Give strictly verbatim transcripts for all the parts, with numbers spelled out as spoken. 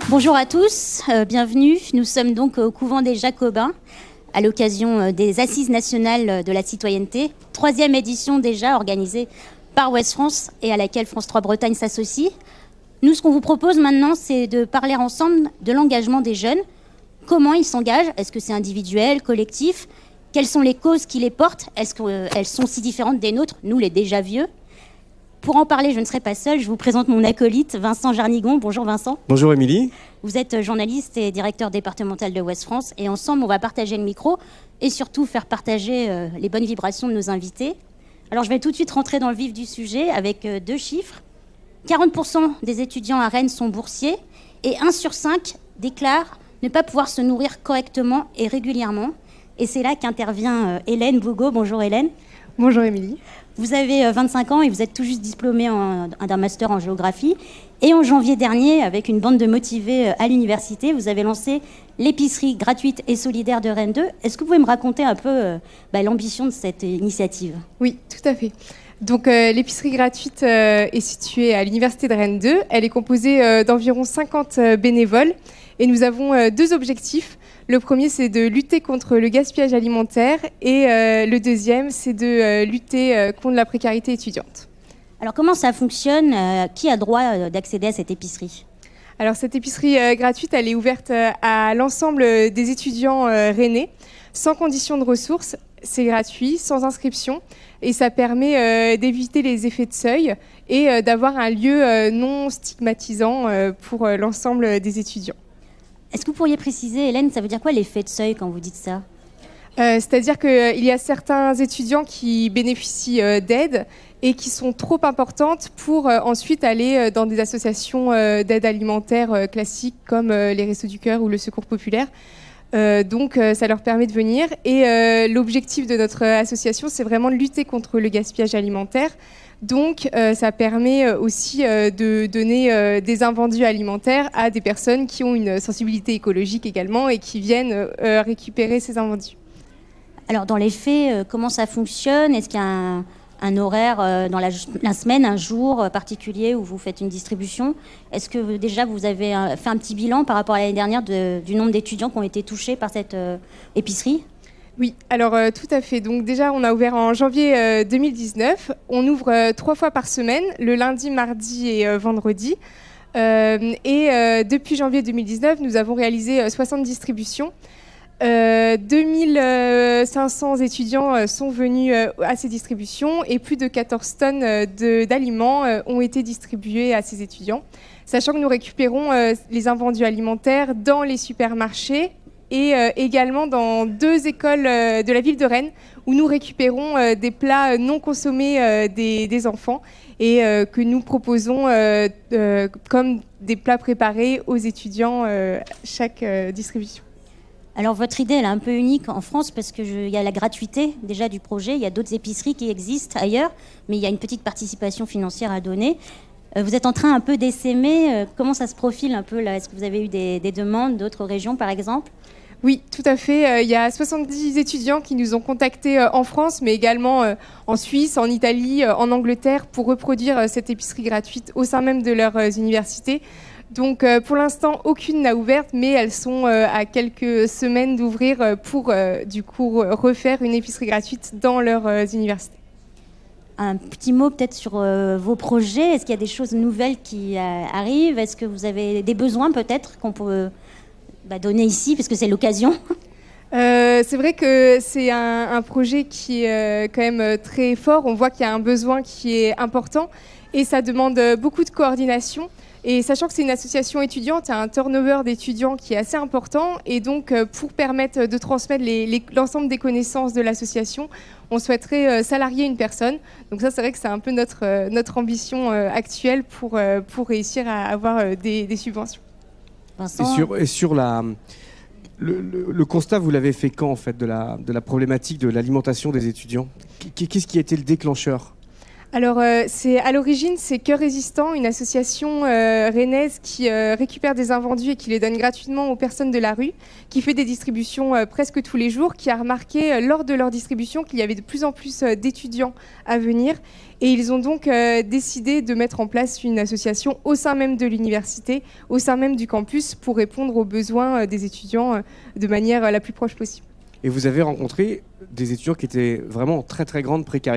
Bonjour à tous, euh, bienvenue. Nous sommes donc au couvent des Jacobins à l'occasion euh, des Assises nationales de la citoyenneté, troisième édition déjà organisée par Ouest France et à laquelle France trois Bretagne s'associe. Nous, ce qu'on vous propose maintenant, c'est de parler ensemble de l'engagement des jeunes. Comment ils s'engagent? Est-ce que c'est individuel, collectif? Quelles sont les causes qui les portent? Est-ce qu'elles sont si différentes des nôtres, nous les déjà vieux? Pour en parler, je ne serai pas seule. Je vous présente mon acolyte, Vincent Jarnigon. Bonjour Vincent. Bonjour Émilie. Vous êtes journaliste et directeur départemental de Ouest France. Et ensemble, on va partager le micro et surtout faire partager euh, les bonnes vibrations de nos invités. Alors, je vais tout de suite rentrer dans le vif du sujet avec euh, deux chiffres. quarante pour cent des étudiants à Rennes sont boursiers et un sur cinq déclarent ne pas pouvoir se nourrir correctement et régulièrement. Et c'est là qu'intervient euh, Hélène Bougot. Bonjour Hélène. Bonjour Émilie. Vous avez vingt-cinq ans et vous êtes tout juste diplômée en, d'un master en géographie. Et en janvier dernier, avec une bande de motivés à l'université, vous avez lancé l'épicerie gratuite et solidaire de Rennes deux. Est-ce que vous pouvez me raconter un peu euh, bah, l'ambition de cette initiative? Oui, tout à fait. Donc euh, l'épicerie gratuite euh, est située à l'université de Rennes deux. Elle est composée euh, d'environ cinquante euh, bénévoles. Et nous avons euh, deux objectifs. Le premier, c'est de lutter contre le gaspillage alimentaire et euh, le deuxième, c'est de euh, lutter euh, contre la précarité étudiante. Alors comment ça fonctionne? euh, Qui a droit euh, d'accéder à cette épicerie? Alors cette épicerie euh, gratuite, elle est ouverte euh, à l'ensemble des étudiants euh, rennais, sans condition de ressources. C'est gratuit, sans inscription, et ça permet euh, d'éviter les effets de seuil et euh, d'avoir un lieu euh, non stigmatisant euh, pour euh, l'ensemble des étudiants. Est-ce que vous pourriez préciser, Hélène, ça veut dire quoi l'effet de seuil quand vous dites ça? euh, C'est-à-dire qu'il euh, y a certains étudiants qui bénéficient euh, d'aides et qui sont trop importantes pour euh, ensuite aller euh, dans des associations euh, d'aide alimentaire euh, classiques comme euh, les Restos du Cœur ou le Secours Populaire. Euh, donc euh, ça leur permet de venir. Et euh, l'objectif de notre association, c'est vraiment de lutter contre le gaspillage alimentaire. Donc, euh, ça permet aussi euh, de donner euh, des invendus alimentaires à des personnes qui ont une sensibilité écologique également et qui viennent euh, récupérer ces invendus. Alors, dans les faits, euh, comment ça fonctionne? Est-ce qu'il y a un, un horaire euh, dans la, la semaine, un jour euh, particulier où vous faites une distribution? Est-ce que déjà vous avez euh, fait un petit bilan par rapport à l'année dernière de, du nombre d'étudiants qui ont été touchés par cette euh, épicerie? Oui, alors euh, tout à fait. Donc déjà, on a ouvert en janvier euh, deux mille dix-neuf. On ouvre euh, trois fois par semaine, le lundi, mardi et euh, vendredi. Euh, et euh, depuis janvier deux mille dix-neuf, nous avons réalisé euh, soixante distributions. Euh, deux mille cinq cents étudiants euh, sont venus euh, à ces distributions et plus de quatorze tonnes euh, de, d'aliments euh, ont été distribués à ces étudiants. Sachant que nous récupérons euh, les invendus alimentaires dans les supermarchés et euh, également dans deux écoles euh, de la ville de Rennes où nous récupérons euh, des plats non consommés euh, des, des enfants et euh, que nous proposons euh, euh, comme des plats préparés aux étudiants euh, chaque euh, distribution. Alors votre idée, elle est un peu unique en France parce qu'il y a la gratuité déjà du projet, il y a d'autres épiceries qui existent ailleurs, mais il y a une petite participation financière à donner. Euh, vous êtes en train un peu d'essaimer, euh, comment ça se profile un peu là? Est-ce que vous avez eu des, des demandes d'autres régions par exemple? Oui, tout à fait. Euh, il y a soixante-dix étudiants qui nous ont contactés euh, en France, mais également euh, en Suisse, en Italie, euh, en Angleterre, pour reproduire euh, cette épicerie gratuite au sein même de leurs euh, universités. Donc euh, pour l'instant, aucune n'a ouvert, mais elles sont euh, à quelques semaines d'ouvrir euh, pour euh, du coup refaire une épicerie gratuite dans leurs euh, universités. Un petit mot peut-être sur euh, vos projets. Est-ce qu'il y a des choses nouvelles qui euh, arrivent? Est-ce que vous avez des besoins peut-être qu'on peut... Bah, donner ici, parce que c'est l'occasion. euh, C'est vrai que c'est un, un projet qui est euh, quand même très fort. On voit qu'il y a un besoin qui est important et ça demande beaucoup de coordination. Et sachant que c'est une association étudiante, il y a un turnover d'étudiants qui est assez important. Et donc, pour permettre de transmettre les, les, l'ensemble des connaissances de l'association, on souhaiterait salarier une personne. Donc ça, c'est vrai que c'est un peu notre, notre ambition actuelle pour, pour réussir à avoir des, des subventions. Et sur, et sur la, le, le, le constat, vous l'avez fait quand en fait de la, de la problématique de l'alimentation des étudiants? Qu'est-ce qui a été le déclencheur? Alors, euh, c'est, à l'origine, c'est Cœur Résistant, une association euh, rennaise qui euh, récupère des invendus et qui les donne gratuitement aux personnes de la rue, qui fait des distributions euh, presque tous les jours, qui a remarqué euh, lors de leur distribution qu'il y avait de plus en plus euh, d'étudiants à venir. Et ils ont donc euh, décidé de mettre en place une association au sein même de l'université, au sein même du campus, pour répondre aux besoins euh, des étudiants euh, de manière euh, la plus proche possible. Et vous avez rencontré des étudiants qui étaient vraiment en très très grande précarité ?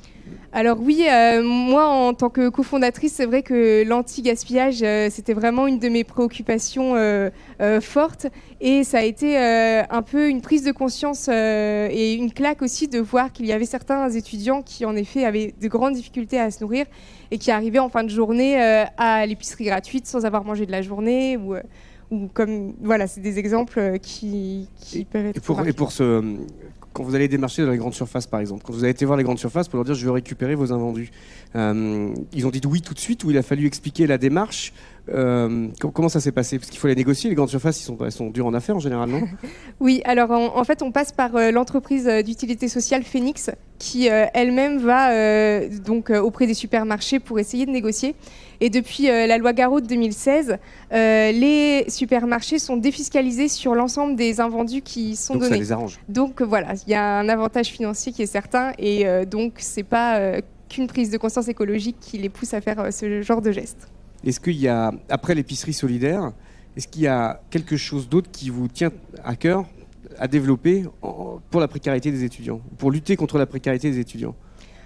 Alors oui, euh, moi en tant que cofondatrice, c'est vrai que l'anti-gaspillage, euh, c'était vraiment une de mes préoccupations euh, euh, fortes, et ça a été euh, un peu une prise de conscience euh, et une claque aussi de voir qu'il y avait certains étudiants qui en effet avaient de grandes difficultés à se nourrir et qui arrivaient en fin de journée euh, à l'épicerie gratuite sans avoir mangé de la journée ou, euh, ou comme voilà, c'est des exemples qui, qui et, peuvent être. Et pour, et pour ce Quand vous allez démarcher dans les grandes surfaces, par exemple, quand vous avez été voir les grandes surfaces pour leur dire « je veux récupérer vos invendus euh, », ils ont dit oui tout de suite ou il a fallu expliquer la démarche euh, Comment ça s'est passé? Parce qu'il faut les négocier, les grandes surfaces, ils sont, elles sont dures en affaires en général, non? Oui, alors en, en fait, on passe par euh, l'entreprise d'utilité sociale Phoenix qui euh, elle-même va euh, donc, euh, auprès des supermarchés pour essayer de négocier. Et depuis euh, la loi Garot de deux mille seize, euh, les supermarchés sont défiscalisés sur l'ensemble des invendus qui sont donc donnés. Donc ça les arrange. Donc voilà, il y a un avantage financier qui est certain et euh, donc c'est pas euh, qu'une prise de conscience écologique qui les pousse à faire euh, ce genre de geste. Est-ce qu'il y a, après l'épicerie solidaire, est-ce qu'il y a quelque chose d'autre qui vous tient à cœur à développer en, pour la précarité des étudiants, pour lutter contre la précarité des étudiants?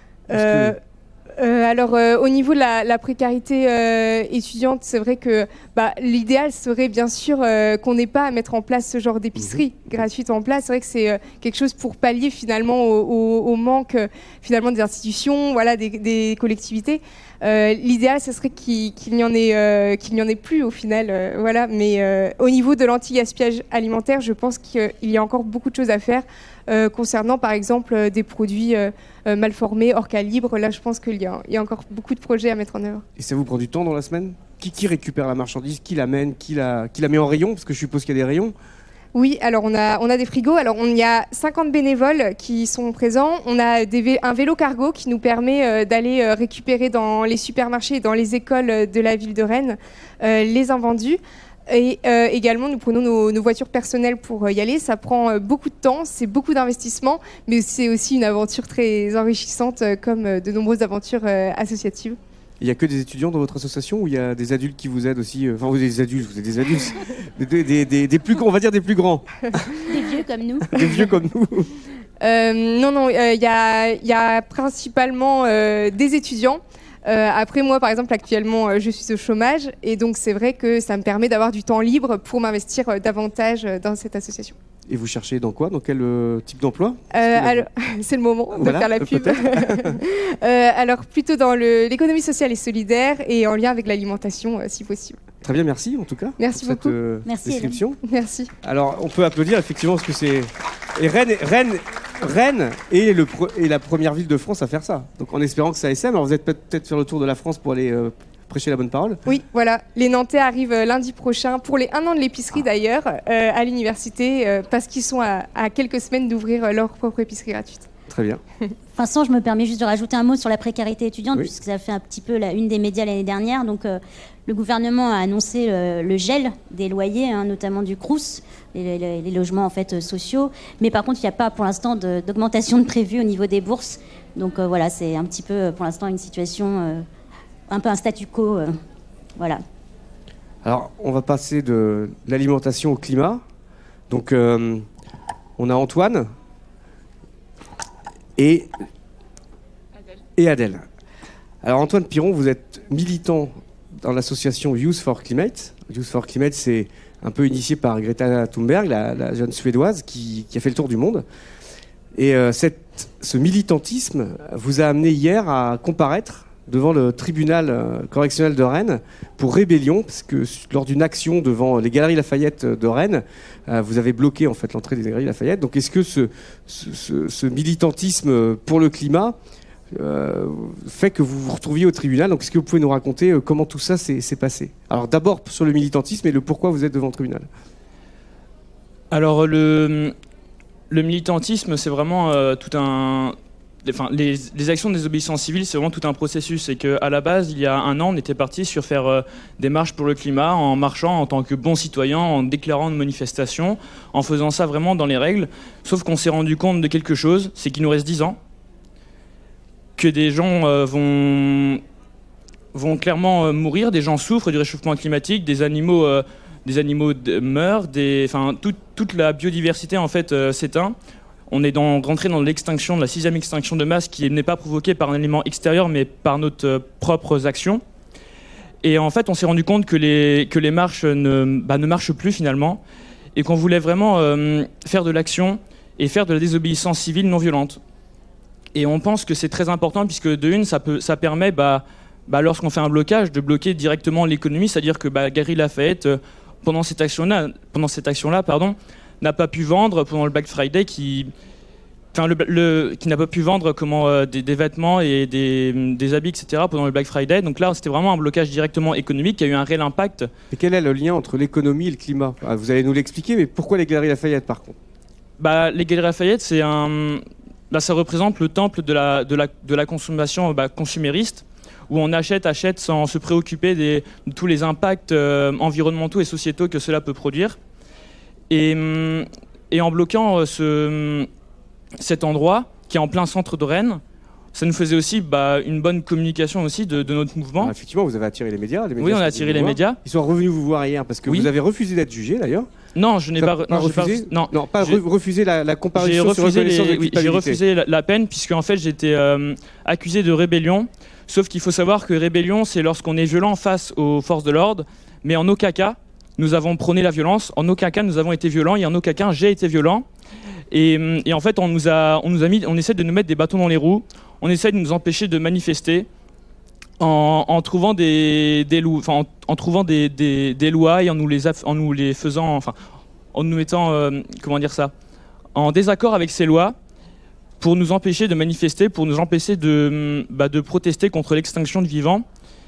euh, que... Euh, alors, euh, au niveau de la, la précarité euh, étudiante, c'est vrai que bah, l'idéal serait bien sûr euh, qu'on n'ait pas à mettre en place ce genre d'épicerie mmh. gratuite en place. C'est vrai que c'est euh, quelque chose pour pallier finalement au, au, au manque euh, finalement des institutions, voilà, des, des collectivités. Euh, l'idéal, ce serait qu'il, qu'il n'y en ait, euh, qu'il n'y en ait plus au final. Euh, voilà. Mais euh, au niveau de l'anti-gaspillage alimentaire, je pense qu'il y a encore beaucoup de choses à faire. Euh, concernant par exemple euh, des produits euh, euh, mal formés, hors calibre, là je pense qu'il y a, il y a encore beaucoup de projets à mettre en œuvre. Et ça vous prend du temps dans la semaine? Qui, qui récupère la marchandise? Qui l'amène? Qui la, qui la met en rayon? Parce que je suppose qu'il y a des rayons. Oui, alors on a, on a des frigos. Alors on y a cinquante bénévoles qui sont présents. On a des, un vélo cargo qui nous permet euh, d'aller euh, récupérer dans les supermarchés et dans les écoles de la ville de Rennes euh, les invendus. Et euh, également, nous prenons nos, nos voitures personnelles pour y aller. Ça prend euh, beaucoup de temps, c'est beaucoup d'investissement, mais c'est aussi une aventure très enrichissante, euh, comme euh, de nombreuses aventures euh, associatives. Il n'y a que des étudiants dans votre association ou il y a des adultes qui vous aident aussi? Enfin, vous êtes des adultes, vous êtes des adultes, des, des, des, des plus, on va dire des plus grands. Des vieux comme nous. Des vieux comme nous. Euh, non, non, il euh, y, a, y a principalement euh, des étudiants. Euh, après, moi, par exemple, actuellement, euh, je suis au chômage et donc c'est vrai que ça me permet d'avoir du temps libre pour m'investir euh, davantage euh, dans cette association. Et vous cherchez dans quoi? Dans quel euh, type d'emploi? euh, alors, C'est le moment voilà, de faire la pub. euh, alors, plutôt dans le, l'économie sociale et solidaire et en lien avec l'alimentation, euh, si possible. Très bien, merci en tout cas merci pour beaucoup. cette euh, merci, description. Hélène. Merci. Alors, on peut applaudir effectivement parce que c'est... Et Rennes, Rennes, Rennes est, le pro... est la première ville de France à faire ça. Donc en espérant que ça essaie, alors vous êtes peut-être faire le tour de la France pour aller euh, prêcher la bonne parole. Oui, voilà. Les Nantais arrivent lundi prochain pour les un an de l'épicerie ah. d'ailleurs euh, à l'université euh, parce qu'ils sont à, à quelques semaines d'ouvrir leur propre épicerie gratuite. Très bien. Vincent, je me permets juste de rajouter un mot sur la précarité étudiante, oui. puisque ça a fait un petit peu la une des médias l'année dernière. Donc, euh, le gouvernement a annoncé le, le gel des loyers, hein, notamment du Crous, les, les, les logements en fait sociaux. Mais par contre, il n'y a pas pour l'instant de, d'augmentation de prévu au niveau des bourses. Donc euh, voilà, c'est un petit peu pour l'instant une situation, euh, un peu un statu quo. Euh, voilà. Alors, on va passer de l'alimentation au climat. Donc, euh, on a Antoine. Et Adèle. et Adèle. Alors Antoine Piron, vous êtes militant dans l'association Youth for Climate. Youth for Climate, c'est un peu initié par Greta Thunberg, la, la jeune suédoise qui, qui a fait le tour du monde. Et euh, cette, ce militantisme vous a amené hier à comparaître devant le tribunal euh, correctionnel de Rennes pour rébellion, parce que lors d'une action devant les Galeries Lafayette de Rennes, euh, vous avez bloqué en fait l'entrée des Galeries Lafayette. Donc est-ce que ce, ce, ce, ce militantisme pour le climat euh, fait que vous vous retrouviez au tribunal? Donc est-ce que vous pouvez nous raconter euh, comment tout ça s'est, s'est passé? Alors d'abord sur le militantisme et le pourquoi vous êtes devant le tribunal. Alors le, le militantisme, c'est vraiment euh, tout un... enfin, les, les actions de désobéissance civile, c'est vraiment tout un processus. C'est qu'à la base, il y a un an, on était parti sur faire euh, des marches pour le climat, en marchant en tant que bons citoyens, en déclarant une manifestation, en faisant ça vraiment dans les règles. Sauf qu'on s'est rendu compte de quelque chose, c'est qu'il nous reste dix ans, que des gens euh, vont, vont clairement euh, mourir, des gens souffrent du réchauffement climatique, des animaux, euh, des animaux de, meurent, des, enfin, tout, toute la biodiversité en fait euh, s'éteint. On est dans, rentré dans l'extinction, de la sixième extinction de masse qui n'est pas provoquée par un élément extérieur mais par nos euh, propres actions. Et en fait, on s'est rendu compte que les, que les marches ne, bah, ne marchent plus finalement et qu'on voulait vraiment euh, faire de l'action et faire de la désobéissance civile non violente. Et on pense que c'est très important puisque de une, ça, peut, ça permet, bah, bah, lorsqu'on fait un blocage, de bloquer directement l'économie, c'est-à-dire que bah, Galeries Lafayette, euh, pendant cette action-là, pendant cette action-là, pardon, n'a pas pu vendre pendant le Black Friday, qui, enfin, le, le, qui n'a pas pu vendre comment, euh, des, des vêtements et des, des habits, et cetera pendant le Black Friday. Donc là, c'était vraiment un blocage directement économique qui a eu un réel impact. Et quel est le lien entre l'économie et le climat? Vous allez nous l'expliquer, mais pourquoi les Galeries Lafayette par contre? Bah, les Galeries Lafayette, c'est un, bah, ça représente le temple de la, de la, de la consommation bah, consumériste, où on achète, achète sans se préoccuper des, de tous les impacts euh, environnementaux et sociétaux que cela peut produire. Et, et en bloquant ce, cet endroit qui est en plein centre de Rennes, ça nous faisait aussi bah, une bonne communication aussi de, de notre mouvement. Alors effectivement, vous avez attiré les médias. Les médias oui, on a attiré les médias. Ils sont revenus vous voir hier parce que oui. Vous avez refusé d'être jugé d'ailleurs. Non, je n'ai pas, pas, non, refusé. Pas, non, non, pas refusé la, la comparution j'ai sur refusé reconnaissance les, de culpabilité. Oui, j'ai refusé la, la peine puisque en fait j'étais euh, accusé de rébellion. Sauf qu'il faut savoir que rébellion, c'est lorsqu'on est violent face aux forces de l'ordre, mais en aucun cas nous avons prôné la violence, en aucun cas nous avons été violents, et en aucun cas j'ai été violent. Et, et en fait, on nous a, on nous a mis, on essaie de nous mettre des bâtons dans les roues, on essaie de nous empêcher de manifester en, en trouvant des, des lois, enfin, en, en trouvant des, des, des lois et en nous les, en nous les faisant, enfin, en nous mettant, euh, comment dire ça, en désaccord avec ces lois, pour nous empêcher de manifester, pour nous empêcher de, bah, de protester contre l'extinction du vivant.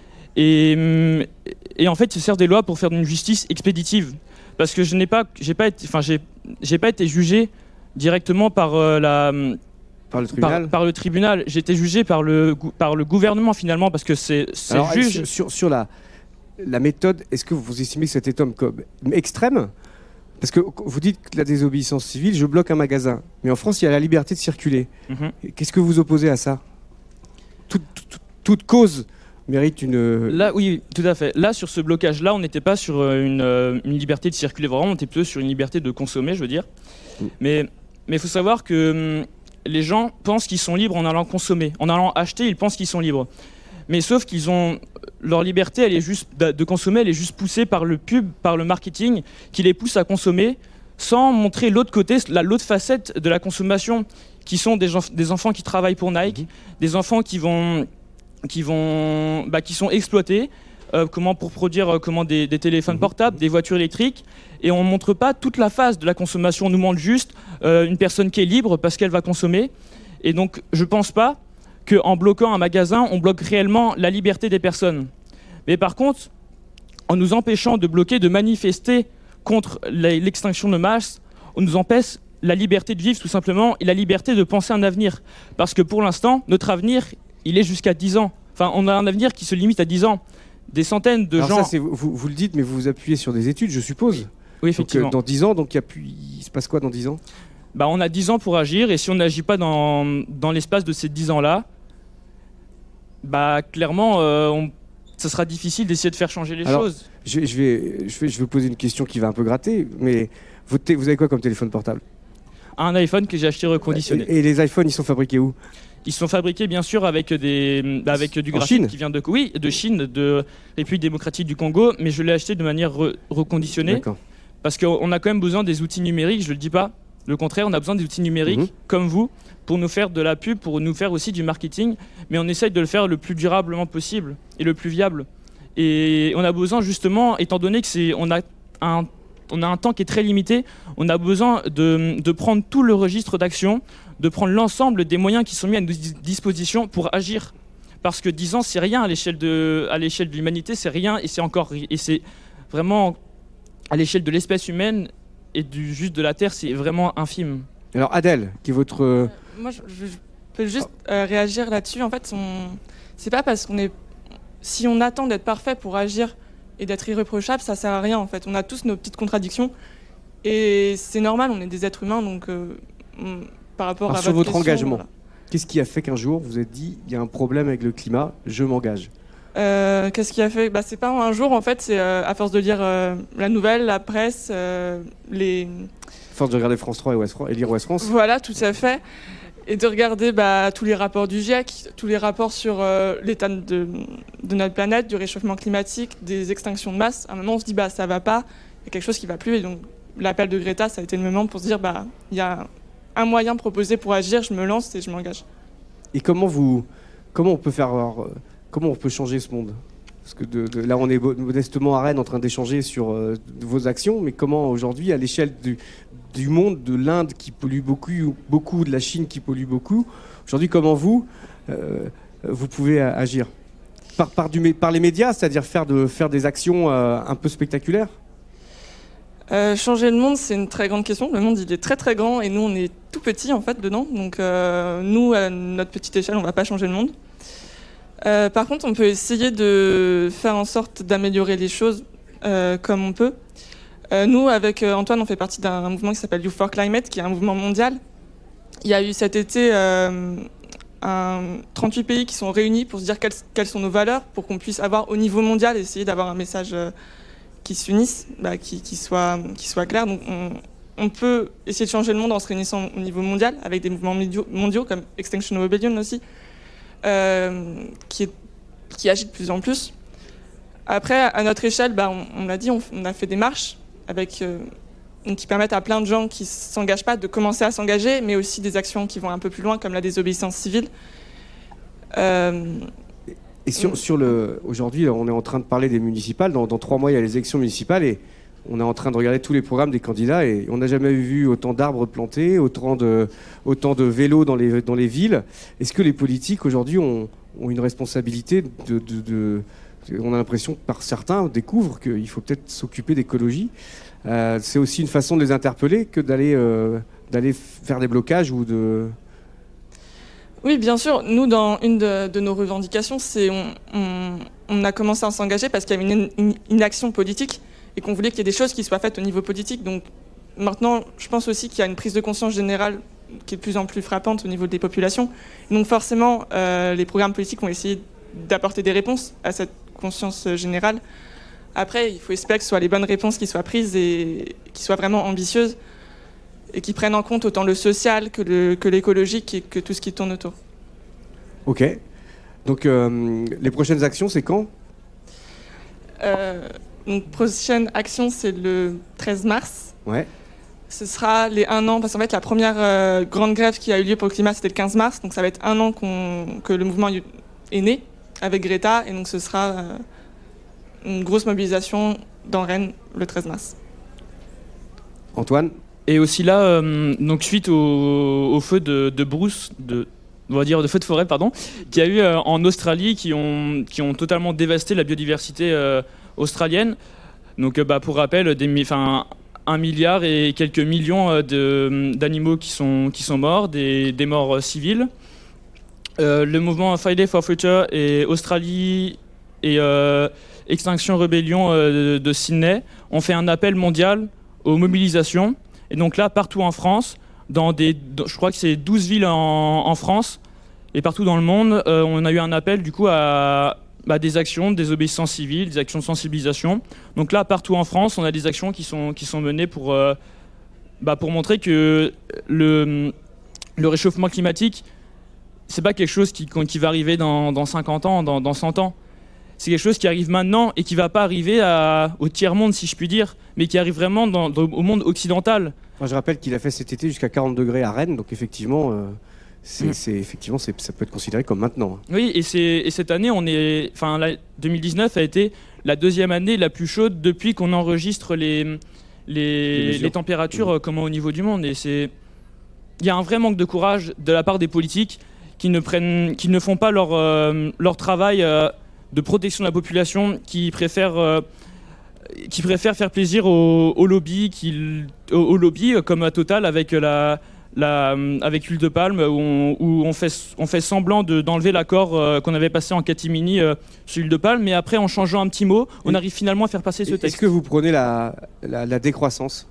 Et, et en fait, ils se servent des lois pour faire une justice expéditive. Parce que je n'ai pas, j'ai pas été, enfin, j'ai, j'ai pas été jugé directement par euh, la, par le tribunal. Par, par le tribunal. J'ai été jugé par le, par le gouvernement finalement, parce que c'est, c'est Alors, juge. Sur, sur, sur la, la méthode, est-ce que vous estimez que c'était homme comme extrême? Parce que vous dites que la désobéissance civile, je bloque un magasin. Mais en France, il y a la liberté de circuler. Mm-hmm. Qu'est-ce que vous opposez à ça? toute, toute, toute cause mérite une... Là, oui, tout à fait. Là, sur ce blocage-là, on n'était pas sur une, une liberté de circuler, vraiment, on était plutôt sur une liberté de consommer, je veux dire. Mm. Mais il faut savoir que hum, les gens pensent qu'ils sont libres en allant consommer. En allant acheter, ils pensent qu'ils sont libres. Mais sauf qu'ils ont... Leur liberté, elle est juste de consommer, elle est juste poussée par le pub, par le marketing, qui les pousse à consommer sans montrer l'autre côté, l'autre facette de la consommation, qui sont des, des enfants qui travaillent pour Nike, mmh. des enfants qui vont, qui vont, bah, qui sont exploités, euh, comment pour produire euh, comment des, des téléphones mmh. portables, des voitures électriques, et on ne montre pas toute la phase de la consommation. On nous montre juste euh, une personne qui est libre parce qu'elle va consommer. Et donc, je ne pense pas qu'en bloquant un magasin, on bloque réellement la liberté des personnes. Mais par contre, en nous empêchant de bloquer, de manifester contre l'extinction de masse, on nous empêche la liberté de vivre tout simplement et la liberté de penser un avenir. Parce que pour l'instant, notre avenir, il est jusqu'à dix ans. Enfin, on a un avenir qui se limite à dix ans. Des centaines de Alors gens... Ça, vous, vous le dites, mais vous vous appuyez sur des études, je suppose. Oui, oui effectivement. Donc, euh, dans dix ans, donc, y a pu... il se passe quoi dans dix ans? Bah, on a dix ans pour agir, et si on n'agit pas dans, dans l'espace de ces dix ans-là, bah, clairement, euh, on, ça sera difficile d'essayer de faire changer les Alors, choses. Je, je, vais, je, vais, je vais poser une question qui va un peu gratter, mais vous, vous avez quoi comme téléphone portable? Un iPhone que j'ai acheté reconditionné. Et, et les iPhones, ils sont fabriqués où? Ils sont fabriqués bien sûr avec, des, avec du graphite qui vient de, oui, de Chine, de République démocratique du Congo, mais je l'ai acheté de manière re, reconditionnée. Parce qu'on a quand même besoin des outils numériques, je ne le dis pas. Le contraire, on a besoin des outils numériques, mmh. comme vous, pour nous faire de la pub, pour nous faire aussi du marketing, mais on essaye de le faire le plus durablement possible et le plus viable. Et on a besoin justement, étant donné que c'est, on a un, on a un temps qui est très limité, on a besoin de, de prendre tout le registre d'action, de prendre l'ensemble des moyens qui sont mis à notre disposition pour agir. Parce que dix ans, c'est rien à l'échelle de, à l'échelle de l'humanité, c'est rien, et c'est encore, et c'est vraiment à l'échelle de l'espèce humaine et du juste de la Terre, c'est vraiment infime. Alors Adèle, qui est votre... Euh, moi, je, je, peux juste euh, réagir là-dessus. En fait, on... c'est pas parce qu'on est... Si on attend d'être parfait pour agir et d'être irréprochable, ça sert à rien, en fait. On a tous nos petites contradictions. Et c'est normal, on est des êtres humains, donc euh, on... par rapport Alors, à sur votre votre question, engagement, voilà. Qu'est-ce qui a fait qu'un jour, vous vous êtes dit, il y a un problème avec le climat, je m'engage? Euh, qu'est-ce qui a fait? Bah, c'est pas un jour, en fait, c'est euh, à force de lire euh, la nouvelle, la presse, euh, les... À force de regarder France trois et, Ouest France, et lire Ouest France. Voilà, tout à fait. Et de regarder bah, tous les rapports du GIEC, tous les rapports sur euh, l'état de, de notre planète, du réchauffement climatique, des extinctions de masse. À un moment, on se dit, bah, ça va pas, il y a quelque chose qui va plus. Et donc, l'appel de Greta, ça a été le moment pour se dire, bah, il y a un moyen proposé pour agir, je me lance et je m'engage. Et comment vous, comment on peut faire, alors, euh, comment on peut changer ce monde? Parce que de, de, là, on est modestement à Rennes en train d'échanger sur euh, vos actions, mais comment aujourd'hui, à l'échelle du, du monde, de l'Inde qui pollue beaucoup, beaucoup, de la Chine qui pollue beaucoup, aujourd'hui, comment vous, euh, vous pouvez agir par, par, du, par les médias, c'est-à-dire faire, de, faire des actions euh, un peu spectaculaires? Euh, changer le monde, c'est une très grande question. Le monde, il est très très grand et nous, on est tout petits en fait dedans. Donc euh, nous, à notre petite échelle, on ne va pas changer le monde. Euh, par contre, on peut essayer de faire en sorte d'améliorer les choses euh, comme on peut. Euh, nous, avec Antoine, on fait partie d'un mouvement qui s'appelle Youth for Climate, qui est un mouvement mondial. Il y a eu cet été euh, un, trente-huit pays qui sont réunis pour se dire quelles, quelles sont nos valeurs, pour qu'on puisse avoir au niveau mondial, essayer d'avoir un message euh, qui s'unisse, bah, qui, qui, soit, qui soit clair. Donc on, on peut essayer de changer le monde en se réunissant au niveau mondial, avec des mouvements mondiaux, mondiaux comme Extinction Rebellion aussi, euh, qui, est, qui agit de plus en plus. Après, à notre échelle, bah, on, on l'a dit, on, on a fait des marches avec, euh, qui permettent à plein de gens qui ne s'engagent pas de commencer à s'engager, mais aussi des actions qui vont un peu plus loin, comme la désobéissance civile. Euh, Et sur, sur le, aujourd'hui, on est en train de parler des municipales. Dans, dans trois mois, il y a les élections municipales et on est en train de regarder tous les programmes des candidats et on n'a jamais vu autant d'arbres plantés, autant de, autant de vélos dans les, dans les villes. Est-ce que les politiques aujourd'hui ont, ont une responsabilité de, de, de, de, on a l'impression que par certains, on découvre qu'il faut peut-être s'occuper d'écologie. Euh, c'est aussi une façon de les interpeller que d'aller, euh, d'aller faire des blocages ou de... Oui, bien sûr. Nous, dans une de, de nos revendications, c'est on, on, on a commencé à s'engager parce qu'il y avait une, une inaction politique et qu'on voulait qu'il y ait des choses qui soient faites au niveau politique. Donc maintenant, je pense aussi qu'il y a une prise de conscience générale qui est de plus en plus frappante au niveau des populations. Donc forcément, euh, les programmes politiques vont essayer d'apporter des réponses à cette conscience générale. Après, il faut espérer que ce soit les bonnes réponses qui soient prises et qui soient vraiment ambitieuses, et qui prennent en compte autant le social que, le, que l'écologique et que tout ce qui tourne autour. Ok. Donc, euh, les prochaines actions, c'est quand ? euh, Donc, prochaine action, c'est le treize mars. Ouais. Ce sera les un an, parce qu'en fait, la première euh, grande grève qui a eu lieu pour le climat, c'était le quinze mars. Donc, ça va être un an qu'on, que le mouvement est né avec Greta. Et donc, ce sera euh, une grosse mobilisation dans Rennes le treize mars. Antoine ? Et aussi là, euh, donc suite au, au feu de, de brousse, de, on va dire de feu de forêt, pardon, qu'il y a eu euh, en Australie, qui ont, qui ont totalement dévasté la biodiversité euh, australienne. Donc, euh, bah, pour rappel, des, enfin, un milliard et quelques millions euh, de, d'animaux qui sont, qui sont morts, des, des morts euh, civiles. Euh, le mouvement Friday for Future et Australie et euh, Extinction Rebellion euh, de, de Sydney ont fait un appel mondial aux mobilisations. Et donc là, partout en France, dans des, dans, je crois que c'est douze villes en, en France, et partout dans le monde, euh, on a eu un appel du coup à, à des actions, des obéissances civiles, des actions de sensibilisation. Donc là, partout en France, on a des actions qui sont, qui sont menées pour, euh, bah, pour montrer que le, le réchauffement climatique, c'est pas quelque chose qui, qui va arriver dans, dans cinquante ans, dans, dans cent ans. C'est quelque chose qui arrive maintenant et qui ne va pas arriver à, au tiers-monde, si je puis dire, mais qui arrive vraiment dans, dans, au monde occidental. Enfin, je rappelle qu'il a fait cet été jusqu'à quarante degrés à Rennes, donc effectivement, euh, c'est, mmh. c'est, effectivement c'est, ça peut être considéré comme maintenant. Oui, et, c'est, et cette année, on est, enfin, la, deux mille dix-neuf a été la deuxième année la plus chaude depuis qu'on enregistre les, les, les, les températures mmh. comme au niveau du monde. Et c'est, il y a un vrai manque de courage de la part des politiques qui ne, prennent, qui ne font pas leur, euh, leur travail euh, de protection de la population, qui préfèrent, euh, qui préfèrent faire plaisir aux, aux lobbies, qui, aux, aux lobbies comme à Total avec la, la, avec l'huile de palme, où on, où on, fait, on fait semblant de, d'enlever l'accord euh, qu'on avait passé en catimini euh, sur l'huile de palme, mais après, en changeant un petit mot, on Et, arrive finalement à faire passer ce texte. Est-ce que vous prenez la, la, la décroissance?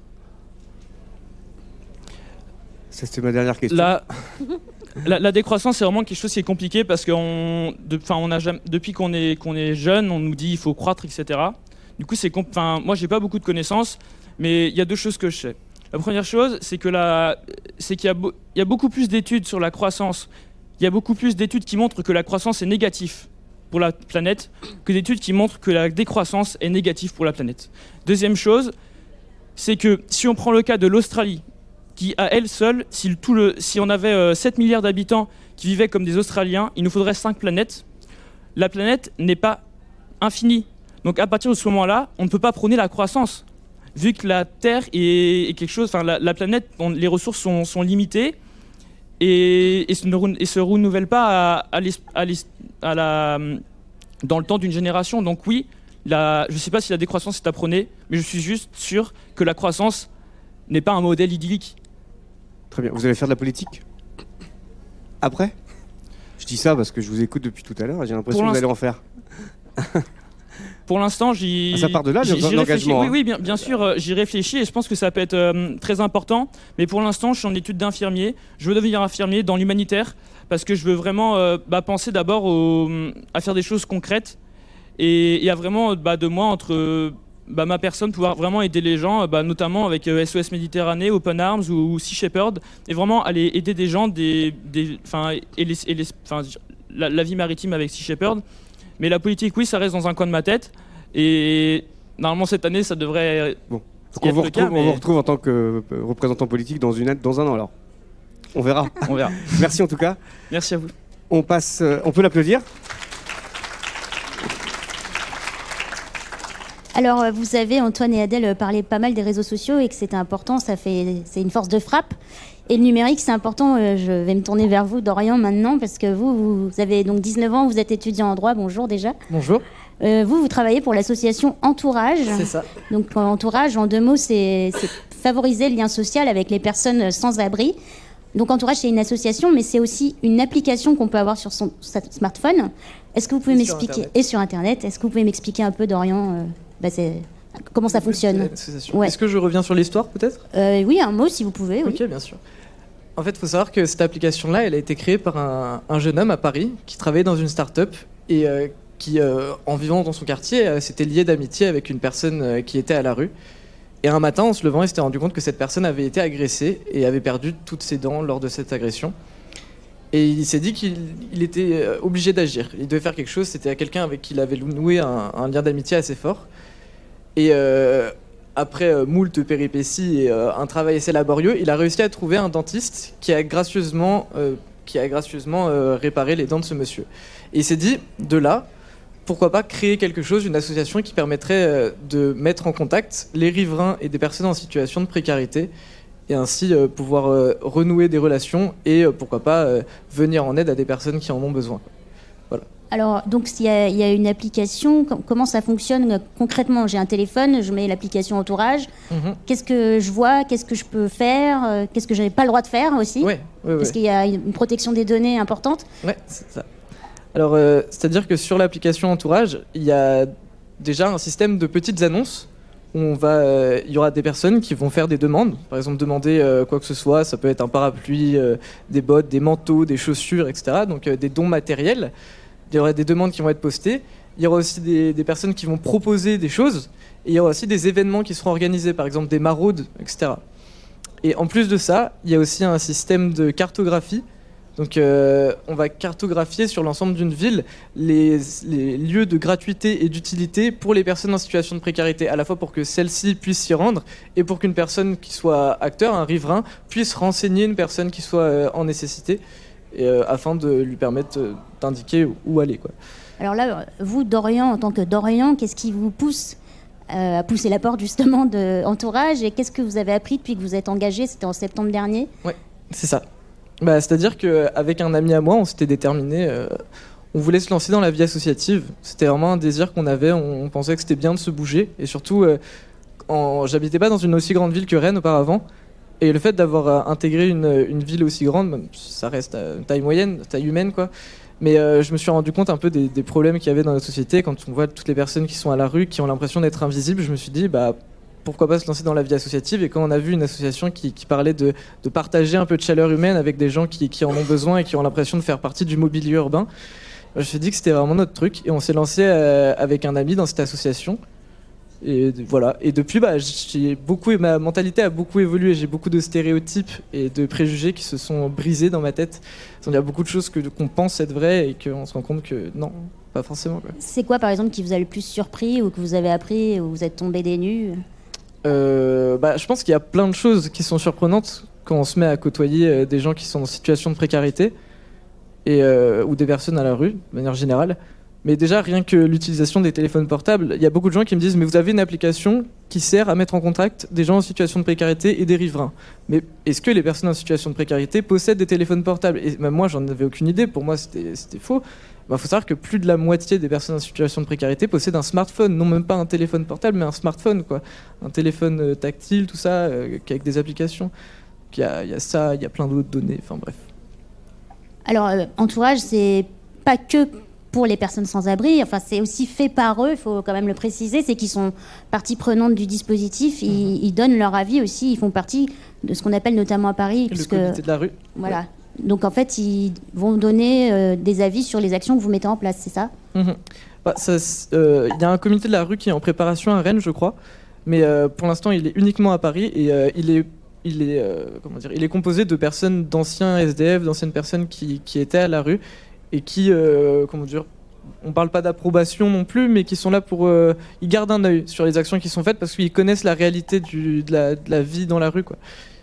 Ça, c'était ma dernière question. La, la, la décroissance, c'est vraiment quelque chose qui est compliqué parce que on, de, on a jamais, depuis qu'on est, qu'on est jeune, on nous dit il faut croître, et cetera. Du coup, c'est, moi, j'ai pas beaucoup de connaissances, mais il y a deux choses que je sais. La première chose, c'est que la, c'est qu'il y a, bo- il y a beaucoup plus d'études sur la croissance. Il y a beaucoup plus d'études qui montrent que la croissance est négative pour la planète que d'études qui montrent que la décroissance est négative pour la planète. Deuxième chose, c'est que si on prend le cas de l'Australie, qui à elle seule, si, tout le, si on avait euh, sept milliards d'habitants qui vivaient comme des Australiens, il nous faudrait cinq planètes. La planète n'est pas infinie. Donc à partir de ce moment-là, on ne peut pas prôner la croissance. Vu que la Terre est, est quelque chose, enfin la, la planète, on, les ressources sont, sont limitées et, et, se ne, et se renouvellent pas à, à, à, à la, dans le temps d'une génération. Donc oui, la, je ne sais pas si la décroissance est à prôner, mais je suis juste sûr que la croissance n'est pas un modèle idyllique. Très bien. Vous allez faire de la politique après? Je dis ça parce que je vous écoute depuis tout à l'heure et j'ai l'impression que vous allez en faire. Pour l'instant, j'y... Ah, ça part de là, j'y, j'y l'engagement. Oui, oui, bien, bien sûr, euh, j'y réfléchis et je pense que ça peut être euh, très important. Mais pour l'instant, je suis en études d'infirmier. Je veux devenir infirmier dans l'humanitaire parce que je veux vraiment euh, bah, penser d'abord au, à faire des choses concrètes et, et à vraiment, bah, de moi, entre... Bah, ma personne, pouvoir vraiment aider les gens, bah, notamment avec euh, S O S Méditerranée, Open Arms ou, ou Sea Shepherd, et vraiment aller aider des gens, des, des, et, les, et les, la, la vie maritime avec Sea Shepherd. Mais la politique, oui, ça reste dans un coin de ma tête, et normalement cette année, ça devrait... Bon. Donc on vous, retrouve, cas, mais... on vous retrouve en tant que représentant politique dans, une, dans un an alors. On verra. On verra. Merci en tout cas. Merci à vous. On passe, euh, on peut l'applaudir. Alors, vous avez, Antoine et Adèle, parlé pas mal des réseaux sociaux et que c'était important, ça fait, c'est une force de frappe. Et le numérique, c'est important. Je vais me tourner vers vous, Dorian, maintenant, parce que vous, vous avez donc dix-neuf ans, vous êtes étudiant en droit. Bonjour déjà. Bonjour. Euh, vous, vous travaillez pour l'association Entourage. C'est ça. Donc, Entourage, en deux mots, c'est, c'est favoriser le lien social avec les personnes sans abri. Donc, Entourage, c'est une association, mais c'est aussi une application qu'on peut avoir sur son smartphone. Est-ce que vous pouvez et m'expliquer sur Et sur Internet. Est-ce que vous pouvez m'expliquer un peu, Dorian euh, bah c'est... comment ça fonctionne? Ouais. Est-ce que je reviens sur l'histoire, peut-être? euh, Oui, un mot, si vous pouvez. Oui. Ok, bien sûr. En fait, il faut savoir que cette application-là, elle a été créée par un, un jeune homme à Paris qui travaillait dans une start-up et euh, qui, euh, en vivant dans son quartier, euh, s'était lié d'amitié avec une personne euh, qui était à la rue. Et un matin, en se levant, il s'était rendu compte que cette personne avait été agressée et avait perdu toutes ses dents lors de cette agression. Et il s'est dit qu'il il était obligé d'agir. Il devait faire quelque chose. C'était à quelqu'un avec qui il avait noué un, un lien d'amitié assez fort. Et euh, après euh, moult péripéties et euh, un travail assez laborieux, il a réussi à trouver un dentiste qui a gracieusement, euh, qui a gracieusement euh, réparé les dents de ce monsieur. Et il s'est dit, de là, pourquoi pas créer quelque chose, une association qui permettrait euh, de mettre en contact les riverains et des personnes en situation de précarité et ainsi euh, pouvoir euh, renouer des relations et euh, pourquoi pas euh, venir en aide à des personnes qui en ont besoin. Voilà. Alors, donc, il y, a, il y a une application. Comment ça fonctionne concrètement? J'ai un téléphone, je mets l'application Entourage. Mm-hmm. Qu'est-ce que je vois? Qu'est-ce que je peux faire? Qu'est-ce que je n'ai pas le droit de faire aussi? Oui, oui, Parce oui. qu'il y a une protection des données importante. Oui, c'est ça. Alors, euh, c'est-à-dire que sur l'application Entourage, il y a déjà un système de petites annonces où on va, euh, il y aura des personnes qui vont faire des demandes. Par exemple, demander euh, quoi que ce soit. Ça peut être un parapluie, euh, des bottes, des manteaux, des chaussures, et cetera. Donc, euh, des dons matériels. Il y aura des demandes qui vont être postées. Il y aura aussi des, des personnes qui vont proposer des choses. Et il y aura aussi des événements qui seront organisés, par exemple des maraudes, et cetera. Et en plus de ça, il y a aussi un système de cartographie. Donc euh, on va cartographier sur l'ensemble d'une ville les, les lieux de gratuité et d'utilité pour les personnes en situation de précarité, à la fois pour que celles-ci puissent s'y rendre et pour qu'une personne qui soit acteur, un riverain, puisse renseigner une personne qui soit euh, en nécessité. Et, euh, afin de lui permettre euh, d'indiquer où aller, quoi. Alors là, vous, Dorian, en tant que Dorian, qu'est-ce qui vous pousse euh, à pousser la porte justement de Entourage et qu'est-ce que vous avez appris depuis que vous êtes engagé? C'était en septembre dernier. Oui, c'est ça. Bah, c'est-à-dire qu'avec un ami à moi, on s'était déterminé, euh, on voulait se lancer dans la vie associative. C'était vraiment un désir qu'on avait, on, on pensait que c'était bien de se bouger. Et surtout, euh, en, j'habitais pas dans une aussi grande ville que Rennes auparavant. Et le fait d'avoir euh, intégré une, une ville aussi grande, même si ça reste à une taille moyenne, taille humaine, quoi. Mais euh, je me suis rendu compte un peu des, des problèmes qu'il y avait dans notre société. Quand on voit toutes les personnes qui sont à la rue, qui ont l'impression d'être invisibles, je me suis dit, bah, pourquoi pas se lancer dans la vie associative. Et quand on a vu une association qui, qui parlait de, de partager un peu de chaleur humaine avec des gens qui, qui en ont besoin et qui ont l'impression de faire partie du mobilier urbain, je me suis dit que c'était vraiment notre truc. Et on s'est lancé euh, avec un ami dans cette association. Et voilà. Et depuis, bah, j'ai beaucoup, ma mentalité a beaucoup évolué. J'ai beaucoup de stéréotypes et de préjugés qui se sont brisés dans ma tête. Il y a beaucoup de choses que, qu'on pense être vraies et qu'on se rend compte que non, pas forcément, quoi. C'est quoi, par exemple, qui vous a le plus surpris ou que vous avez appris ou vous êtes tombé des nues? euh, bah, Je pense qu'il y a plein de choses qui sont surprenantes quand on se met à côtoyer des gens qui sont en situation de précarité et, euh, ou des personnes à la rue, de manière générale. Mais déjà, rien que l'utilisation des téléphones portables, il y a beaucoup de gens qui me disent « Mais vous avez une application qui sert à mettre en contact des gens en situation de précarité et des riverains. » Mais est-ce que les personnes en situation de précarité possèdent des téléphones portables? Et même moi, j'en avais aucune idée. Pour moi, c'était, c'était faux. Il bah, faut savoir que plus de la moitié des personnes en situation de précarité possèdent un smartphone. Non, même pas un téléphone portable, mais un smartphone, quoi. Un téléphone euh, tactile, tout ça, euh, avec des applications. Il y a, il y a ça, il y a plein d'autres données. Enfin, bref. Alors, euh, Entourage, c'est pas que pour les personnes sans abri, enfin c'est aussi fait par eux, il faut quand même le préciser, c'est qu'ils sont partie prenante du dispositif, ils, mmh. ils donnent leur avis aussi, ils font partie de ce qu'on appelle notamment à Paris... Le puisque, comité de la rue. Voilà. Ouais. Donc en fait, ils vont donner euh, des avis sur les actions que vous mettez en place, c'est ça? mmh. bah, ça, euh, y a un comité de la rue qui est en préparation à Rennes, je crois, mais euh, pour l'instant il est uniquement à Paris et euh, il est... Il est, euh, comment dire, il est composé de personnes, d'anciens S D F, d'anciennes personnes qui, qui étaient à la rue et qui, euh, comment dire, on parle pas d'approbation non plus, mais qui sont là pour, euh, ils gardent un œil sur les actions qui sont faites parce qu'ils connaissent la réalité du, de, la, de la vie dans la rue, quoi.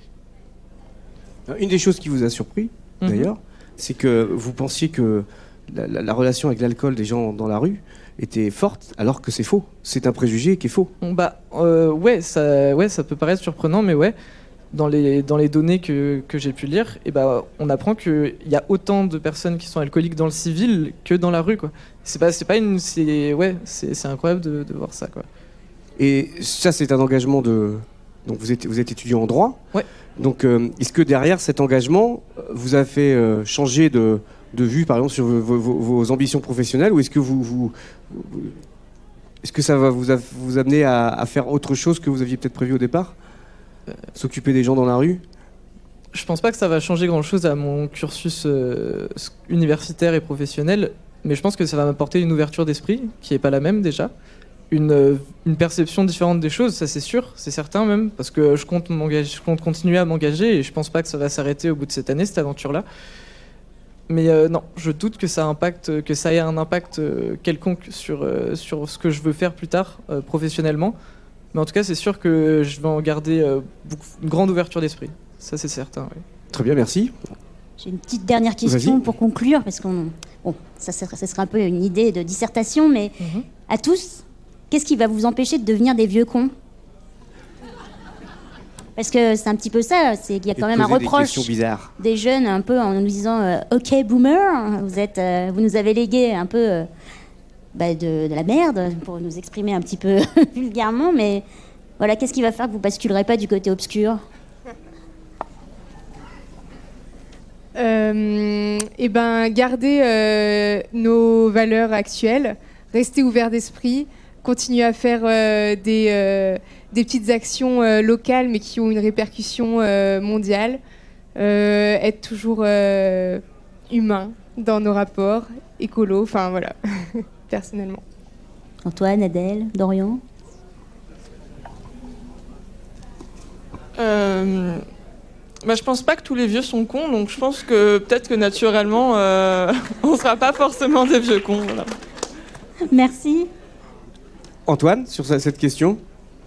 Une des choses qui vous a surpris, mm-hmm. d'ailleurs, c'est que vous pensiez que la, la, la relation avec l'alcool des gens dans la rue était forte, alors que c'est faux. C'est un préjugé qui est faux. Bah, euh, ouais, ça, ouais, ça peut paraître surprenant, mais ouais. Dans les, dans les données que, que j'ai pu lire, et bah, on apprend qu'il y a autant de personnes qui sont alcooliques dans le civil que dans la rue, quoi. C'est pas, c'est pas une, c'est, ouais, c'est, c'est incroyable de, de voir ça, quoi. Et ça, c'est un engagement de... Donc vous êtes, vous êtes étudiant en droit. Ouais. Donc euh, est-ce que derrière cet engagement vous a fait euh, changer de, de vue, par exemple, sur vos, vos, vos ambitions professionnelles, ou est-ce que vous, vous, vous est-ce que ça va vous, a, vous amener à, à faire autre chose que vous aviez peut-être prévu au départ? S'occuper des gens dans la rue? Je pense pas que ça va changer grand-chose à mon cursus euh, universitaire et professionnel, mais je pense que ça va m'apporter une ouverture d'esprit qui est pas la même déjà, une, euh, une perception différente des choses, ça c'est sûr, c'est certain même, parce que je compte, m'engager, je compte continuer à m'engager et je pense pas que ça va s'arrêter au bout de cette année, cette aventure-là. Mais euh, non, je doute que ça, impacte, que ça ait un impact euh, quelconque sur, euh, sur ce que je veux faire plus tard euh, professionnellement. Mais en tout cas, c'est sûr que je vais en garder euh, beaucoup, une grande ouverture d'esprit. Ça, c'est certain, oui. Très bien, merci. J'ai une petite dernière question Vas-y. Pour conclure, parce qu'on, bon, ça, ça serait un peu une idée de dissertation, mais mm-hmm. à tous, qu'est-ce qui va vous empêcher de devenir des vieux cons? Parce que c'est un petit peu ça, c'est qu'il y a quand même un reproche des, des jeunes, un peu en nous disant euh, « Ok, boomer, vous, êtes, euh, vous nous avez légué un peu... Euh, » Bah de, de la merde, pour nous exprimer un petit peu vulgairement, mais voilà, qu'est-ce qui va faire que vous basculerez pas du côté obscur? euh, Et ben, garder euh, nos valeurs actuelles, rester ouvert d'esprit, continuer à faire euh, des, euh, des petites actions euh, locales, mais qui ont une répercussion euh, mondiale, euh, être toujours euh, humain dans nos rapports, écolo, enfin voilà. Personnellement. Antoine, Adèle, Dorian? euh, bah, Je pense pas que tous les vieux sont cons, donc je pense que peut-être que naturellement, euh, on sera pas forcément des vieux cons. Voilà. Merci. Antoine, sur cette question?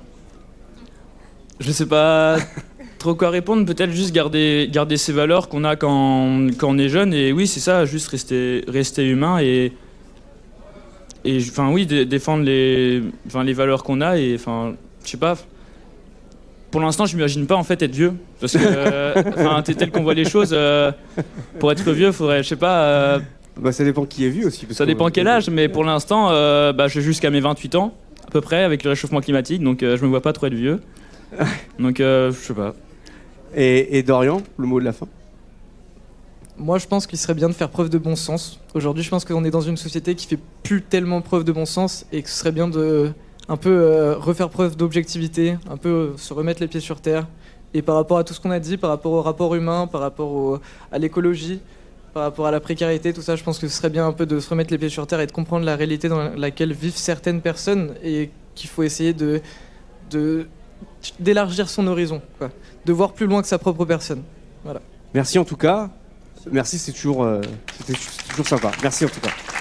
Je sais pas trop quoi répondre, peut-être juste garder, garder ces valeurs qu'on a quand, quand on est jeune, et oui, c'est ça, juste rester, rester humain et... Et enfin oui, d- défendre les, enfin les valeurs qu'on a et enfin, je sais pas. Pour l'instant, je m'imagine pas en fait être vieux parce que, euh, tel qu'on voit les choses, euh, pour être vieux, faudrait, je sais pas. Euh, bah ça dépend qui est vieux aussi. Ça dépend quel âge, mais pour l'instant, euh, bah, je vais jusqu'à mes vingt-huit ans à peu près avec le réchauffement climatique, donc euh, je me vois pas trop être vieux. Donc euh, je sais pas. Et, et Dorian, le mot de la fin? Moi, je pense qu'il serait bien de faire preuve de bon sens. Aujourd'hui, je pense qu'on est dans une société qui fait plus tellement preuve de bon sens et que ce serait bien de un peu euh, refaire preuve d'objectivité, un peu euh, se remettre les pieds sur terre. Et par rapport à tout ce qu'on a dit, par rapport au rapport humain, par rapport au, à l'écologie, par rapport à la précarité, tout ça, je pense que ce serait bien un peu de se remettre les pieds sur terre et de comprendre la réalité dans laquelle vivent certaines personnes et qu'il faut essayer de, de, d'élargir son horizon, quoi. De voir plus loin que sa propre personne. Voilà. Merci en tout cas. Merci, c'est toujours, euh, c'était toujours sympa. Merci en tout cas.